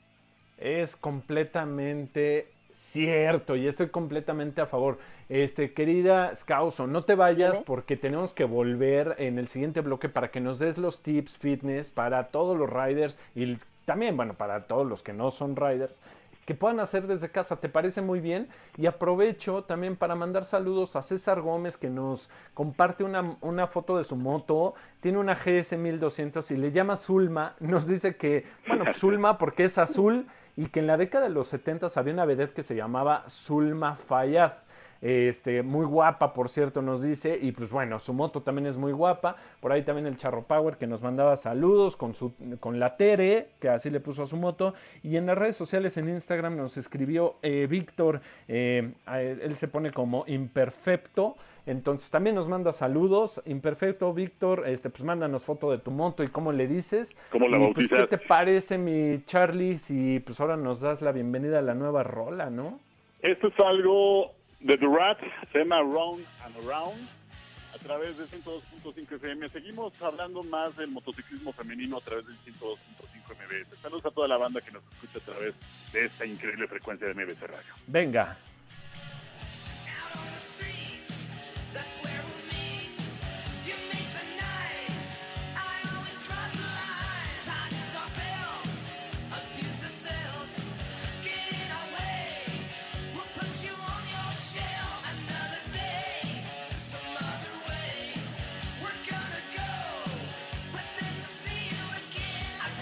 Es completamente cierto, y estoy completamente a favor. Este, querida Scauso, no te vayas porque tenemos que volver en el siguiente bloque para que nos des los tips fitness para todos los riders y también, bueno, para todos los que no son riders, que puedan hacer desde casa. ¿Te parece muy bien? Y aprovecho también para mandar saludos a César Gómez, que nos comparte una, una foto de su moto. Tiene una G S mil doscientos y le llama Zulma. Nos dice que, bueno, Zulma porque es azul, y que en la década de los setentas había una vedette que se llamaba Zulma Fayad. Este, muy guapa, por cierto, nos dice, y pues bueno, su moto también es muy guapa. Por ahí también el Charro Power, que nos mandaba saludos con su con la Tere, que así le puso a su moto. Y en las redes sociales, en Instagram, nos escribió eh, Víctor, eh, él se pone como Imperfecto, entonces también nos manda saludos. Imperfecto, Víctor, este, pues mándanos foto de tu moto y cómo le dices. ¿Cómo la y, bautizas? Pues, ¿qué te parece, mi Charlie, si pues ahora nos das la bienvenida a la nueva rola, ¿no? Esto es algo de The Rat, se llama Round and Around, a través de ciento dos punto cinco F M. Seguimos hablando más del motociclismo femenino a través del ciento dos punto cinco M B S. Saludos a toda la banda que nos escucha a través de esta increíble frecuencia de M B S Radio. Venga.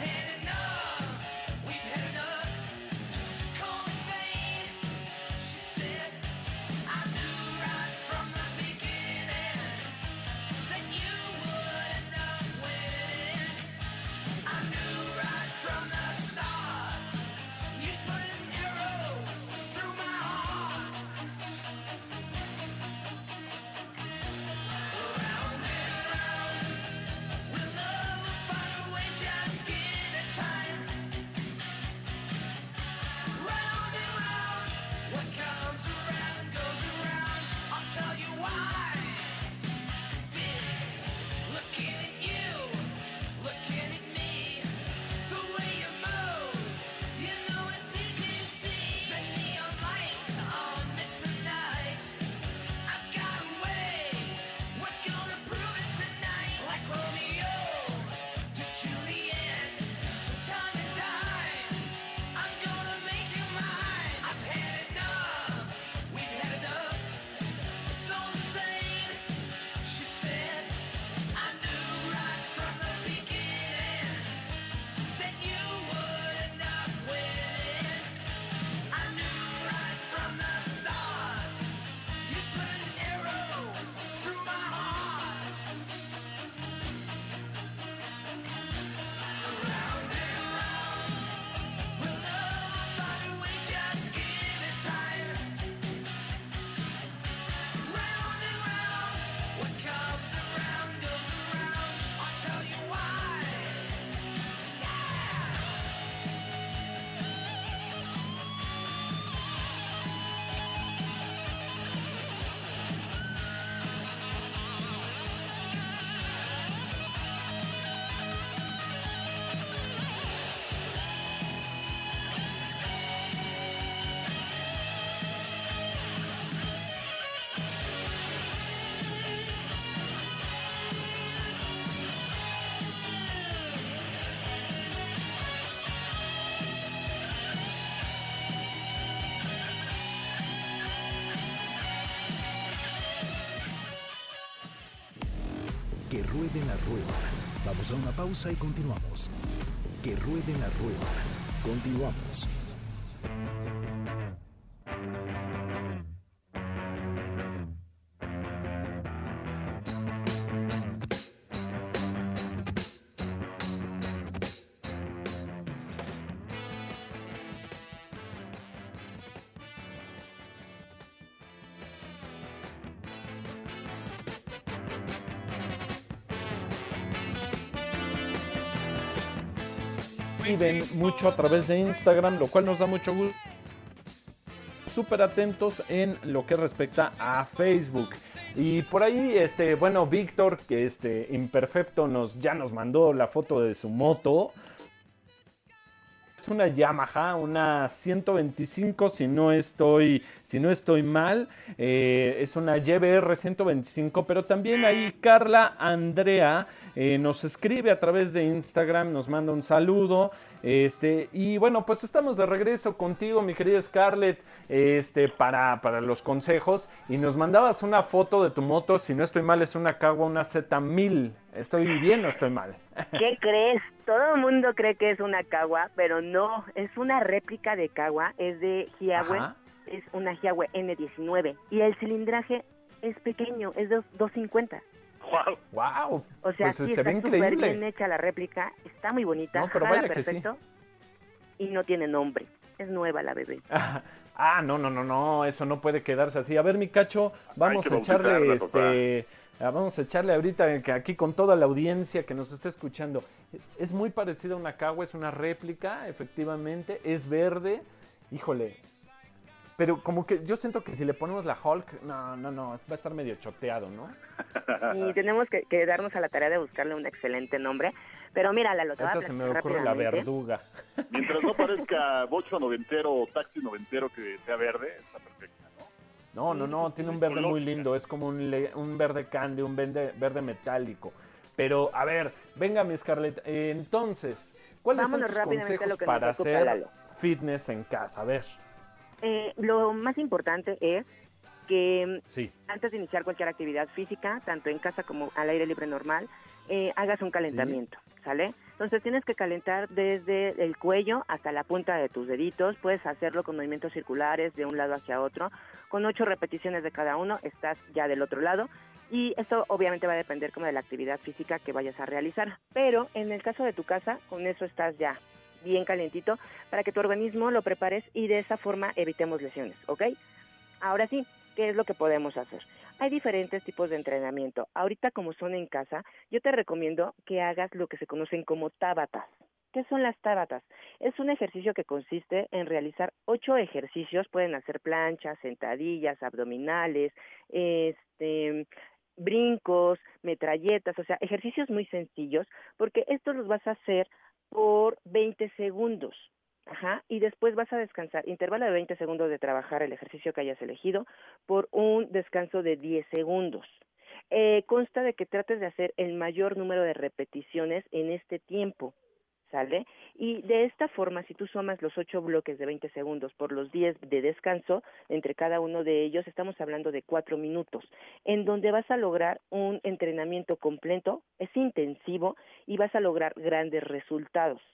She ruede la rueda. Vamos a una pausa y continuamos. Que ruede la rueda. Continuamos. Ven mucho a través de Instagram, lo cual nos da mucho gusto. Súper atentos en lo que respecta a Facebook. Y por ahí, este, bueno, Víctor, que este imperfecto nos ya nos mandó la foto de su moto. Es una Yamaha, una ciento veinticinco, si no estoy, si no estoy mal. Eh, es una Y B R ciento veinticinco, pero también ahí Carla Andrea eh, nos escribe a través de Instagram, nos manda un saludo. Este, y bueno, pues estamos de regreso contigo, mi querida Scarlett, este, para, para los consejos. Y nos mandabas una foto de tu moto, si no estoy mal, es una Kawa, una Z mil. ¿Estoy bien o estoy mal? ¿Qué crees? Todo el mundo cree que es una Kawa, pero no, es una réplica de Kawa, es de Hiawe, Ajá. es una Hiawe N diecinueve y el cilindraje es pequeño, es de doscientos cincuenta. Wow. Wow. O sea, Pues sí se está ve súper increíble. bien hecha la réplica, está muy bonita, No, pero jala vaya que sí. perfecto y no tiene nombre, es nueva la bebé. Ah, no, no, no, no, eso no puede quedarse así. A ver, mi Cacho, vamos que a echarle, bautizarla, este, ah, vamos a echarle ahorita que aquí con toda la audiencia que nos está escuchando. Es muy parecida a una Kawa, es una réplica, efectivamente, es verde, híjole. Pero como que yo siento que si le ponemos la Hulk, no, no, no, va a estar medio choteado, ¿no? Y tenemos que, que darnos a la tarea de buscarle un excelente nombre. Pero mira, Lalo, te voy a Ahorita se me platicar ocurre la rápidamente. verduga. Mientras no parezca bocho noventero o taxi noventero que sea verde, está perfecta, ¿no? No, no, no, tiene un verde muy lindo, es como un, le- un verde candy, un verde, verde metálico. Pero, a ver, venga mi Scarlett, eh, entonces, ¿cuáles Vámonos son tus rápidamente a consejos lo que nos para ocupa, hacer Lalo. fitness en casa? A ver, Eh, lo más importante es que sí, antes de iniciar cualquier actividad física, tanto en casa como al aire libre normal, eh, hagas un calentamiento, ¿sale? Entonces tienes que calentar desde el cuello hasta la punta de tus deditos, puedes hacerlo con movimientos circulares de un lado hacia otro, con ocho repeticiones de cada uno, estás ya del otro lado, y esto obviamente va a depender como de la actividad física que vayas a realizar, pero en el caso de tu casa, con eso estás ya bien calientito, para que tu organismo lo prepares y de esa forma evitemos lesiones, ¿ok? Ahora sí, ¿qué es lo que podemos hacer? Hay diferentes tipos de entrenamiento. Ahorita, como son en casa, yo te recomiendo que hagas lo que se conocen como tábatas. ¿Qué son las tábatas? Es un ejercicio que consiste en realizar ocho ejercicios. Pueden hacer planchas, sentadillas, abdominales, este, brincos, metralletas, o sea, ejercicios muy sencillos, porque estos los vas a hacer por veinte segundos. Ajá, y después vas a descansar, intervalo de veinte segundos de trabajar el ejercicio que hayas elegido por un descanso de diez segundos. Eh, consta de que trates de hacer el mayor número de repeticiones en este tiempo, ¿sale? Y de esta forma, si tú sumas los ocho bloques de veinte segundos por los diez de descanso, entre cada uno de ellos, estamos hablando de cuatro minutos, en donde vas a lograr un entrenamiento completo, es intensivo, y vas a lograr grandes resultados.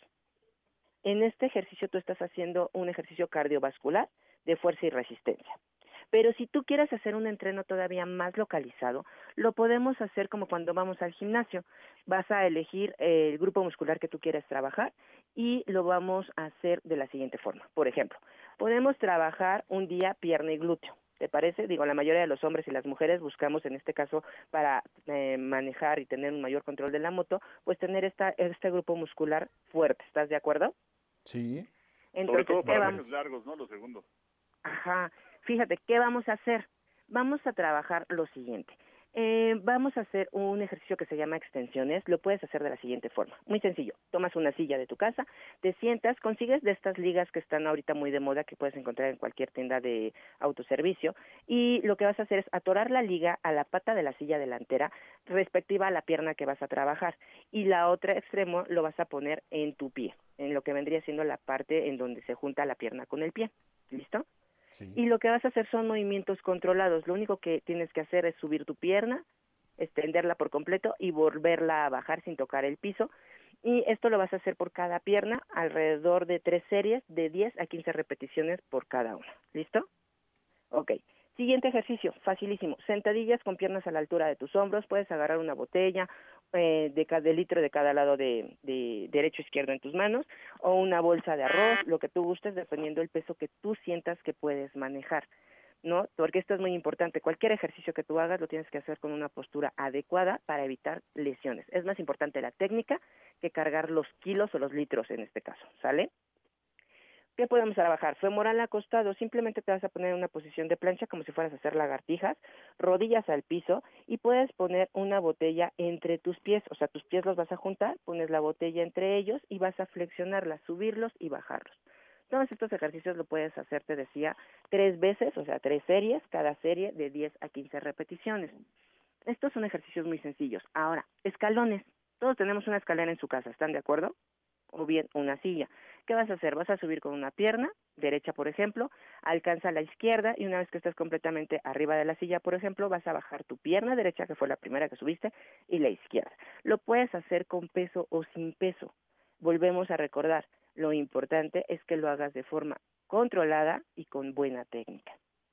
En este ejercicio tú estás haciendo un ejercicio cardiovascular de fuerza y resistencia. Pero si tú quieres hacer un entreno todavía más localizado, lo podemos hacer como cuando vamos al gimnasio. Vas a elegir el grupo muscular que tú quieres trabajar y lo vamos a hacer de la siguiente forma. Por ejemplo, podemos trabajar un día pierna y glúteo. ¿Te parece? Digo, la mayoría de los hombres y las mujeres buscamos en este caso para eh, manejar y tener un mayor control de la moto, pues tener esta, este grupo muscular fuerte. ¿Estás de acuerdo? sí. Entonces, Sobre todo ¿qué para vamos? viajes largos, ¿no? Los segundos. Ajá, fíjate, ¿qué vamos a hacer? Vamos a trabajar lo siguiente. Eh, vamos a hacer un ejercicio que se llama extensiones. Lo puedes hacer de la siguiente forma. Muy sencillo. Tomas una silla de tu casa, te sientas, consigues de estas ligas que están ahorita muy de moda, que puedes encontrar en cualquier tienda de autoservicio, y lo que vas a hacer es atorar la liga a la pata de la silla delantera respectiva a la pierna que vas a trabajar, y la otra extremo lo vas a poner en tu pie, en lo que vendría siendo la parte en donde se junta la pierna con el pie. ¿Listo? Sí. Y lo que vas a hacer son movimientos controlados. Lo único que tienes que hacer es subir tu pierna, extenderla por completo y volverla a bajar sin tocar el piso. Y esto lo vas a hacer por cada pierna, alrededor de tres series de diez a quince repeticiones por cada una. ¿Listo? Ok. Siguiente ejercicio, facilísimo. Sentadillas con piernas a la altura de tus hombros. Puedes agarrar una botella eh, de, cada, de litro de cada lado de, de derecho e izquierdo en tus manos, o una bolsa de arroz, lo que tú gustes, dependiendo del peso que tú sientas que puedes manejar, ¿no? Porque esto es muy importante. Cualquier ejercicio que tú hagas lo tienes que hacer con una postura adecuada para evitar lesiones. Es más importante la técnica que cargar los kilos o los litros en este caso, ¿sale? ¿Qué podemos trabajar? Femoral acostado, simplemente te vas a poner en una posición de plancha como si fueras a hacer lagartijas, rodillas al piso, y puedes poner una botella entre tus pies, o sea, tus pies los vas a juntar, pones la botella entre ellos y vas a flexionarla, subirlos y bajarlos. Todos estos ejercicios lo puedes hacer, te decía, tres veces, o sea, tres series, cada serie de diez a quince repeticiones. Estos son ejercicios muy sencillos. Ahora, escalones. Todos tenemos una escalera en su casa, ¿están de acuerdo? O bien una silla. ¿Qué vas a hacer? Vas a subir con una pierna, derecha por ejemplo, alcanza la izquierda y una vez que estés completamente arriba de la silla, por ejemplo, vas a bajar tu pierna derecha, que fue la primera que subiste, y la izquierda. Lo puedes hacer con peso o sin peso. Volvemos a recordar, lo importante es que lo hagas de forma controlada y con buena técnica.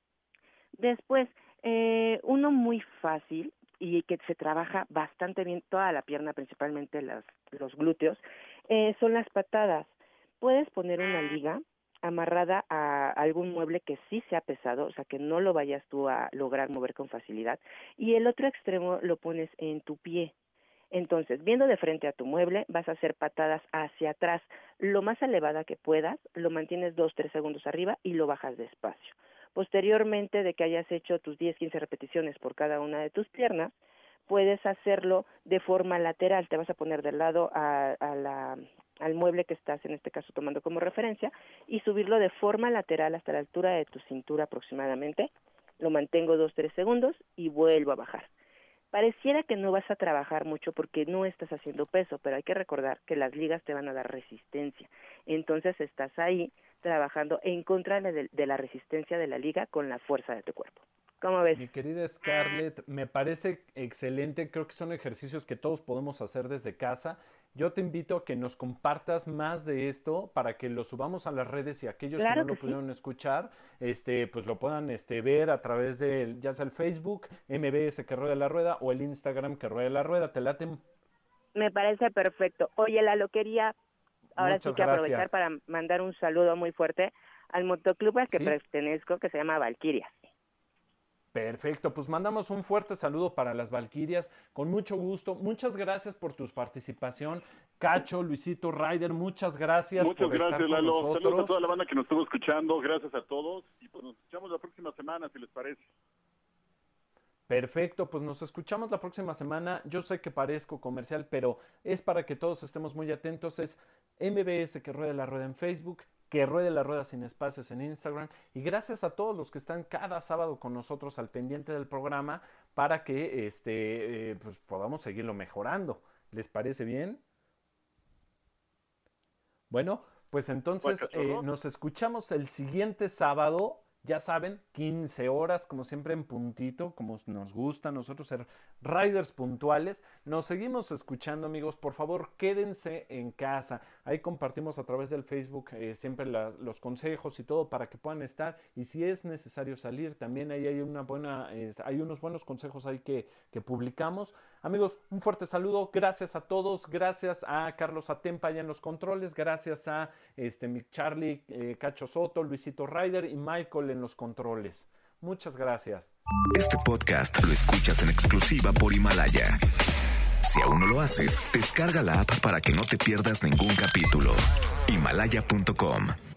Después, eh, uno muy fácil y que se trabaja bastante bien toda la pierna, principalmente las, los glúteos, eh, son las patadas. Puedes poner una liga amarrada a algún mueble que sí sea pesado, o sea, que no lo vayas tú a lograr mover con facilidad, y el otro extremo lo pones en tu pie. Entonces, viendo de frente a tu mueble, vas a hacer patadas hacia atrás, lo más elevada que puedas, lo mantienes dos, tres segundos arriba y lo bajas despacio. Posteriormente de que hayas hecho tus diez, quince repeticiones por cada una de tus piernas, puedes hacerlo de forma lateral. Te vas a poner del lado a, a la, al mueble que estás, en este caso, tomando como referencia, y subirlo de forma lateral hasta la altura de tu cintura aproximadamente. Lo mantengo dos, tres segundos y vuelvo a bajar. Pareciera que no vas a trabajar mucho porque no estás haciendo peso, pero hay que recordar que las ligas te van a dar resistencia. Entonces estás ahí trabajando en contra de, de la resistencia de la liga con la fuerza de tu cuerpo. ¿Cómo ves? Mi querida Scarlett, me parece excelente. Creo que son ejercicios que todos podemos hacer desde casa. Yo te invito a que nos compartas más de esto para que lo subamos a las redes y aquellos claro que no que lo pudieron sí. escuchar, este, pues lo puedan este, ver a través de ya sea el Facebook, M B S que rueda la rueda, o el Instagram que rueda la rueda. ¿Te late? Me parece perfecto. Oye, Lalo, quería ahora Muchas sí que gracias. aprovechar para mandar un saludo muy fuerte al motoclub al que ¿Sí? pertenezco, que se llama Valquirias. Perfecto, pues mandamos un fuerte saludo para las Valquirias, con mucho gusto. Muchas gracias por tu participación. Cacho, Luisito, Ryder, muchas gracias muchas por gracias, estar con Lalo. nosotros. Saludos a toda la banda que nos estuvo escuchando, gracias a todos. Y pues nos escuchamos la próxima semana, si les parece. Perfecto, pues nos escuchamos la próxima semana. Yo sé que parezco comercial, pero es para que todos estemos muy atentos. Es M B S que ruede la rueda en Facebook, que ruede la rueda sin espacios en Instagram, y gracias a todos los que están cada sábado con nosotros al pendiente del programa para que este eh, pues podamos seguirlo mejorando. ¿Les parece bien? Bueno, pues entonces eh, nos escuchamos el siguiente sábado. Ya saben, quince horas, como siempre en puntito, como nos gusta a nosotros ser riders puntuales. Nos seguimos escuchando, amigos. Por favor, quédense en casa. Ahí compartimos a través del Facebook eh, siempre la, los consejos y todo para que puedan estar. Y si es necesario salir, también ahí hay una buena, eh, hay unos buenos consejos ahí que, que publicamos. Amigos, un fuerte saludo. Gracias a todos. Gracias a Carlos Atempa allá en los controles. Gracias a este, Mick Charlie, eh, Cacho Soto, Luisito Ryder y Michael en los controles. Muchas gracias. Este podcast lo escuchas en exclusiva por Himalaya. Si aún no lo haces, descarga la app para que no te pierdas ningún capítulo. Himalaya punto com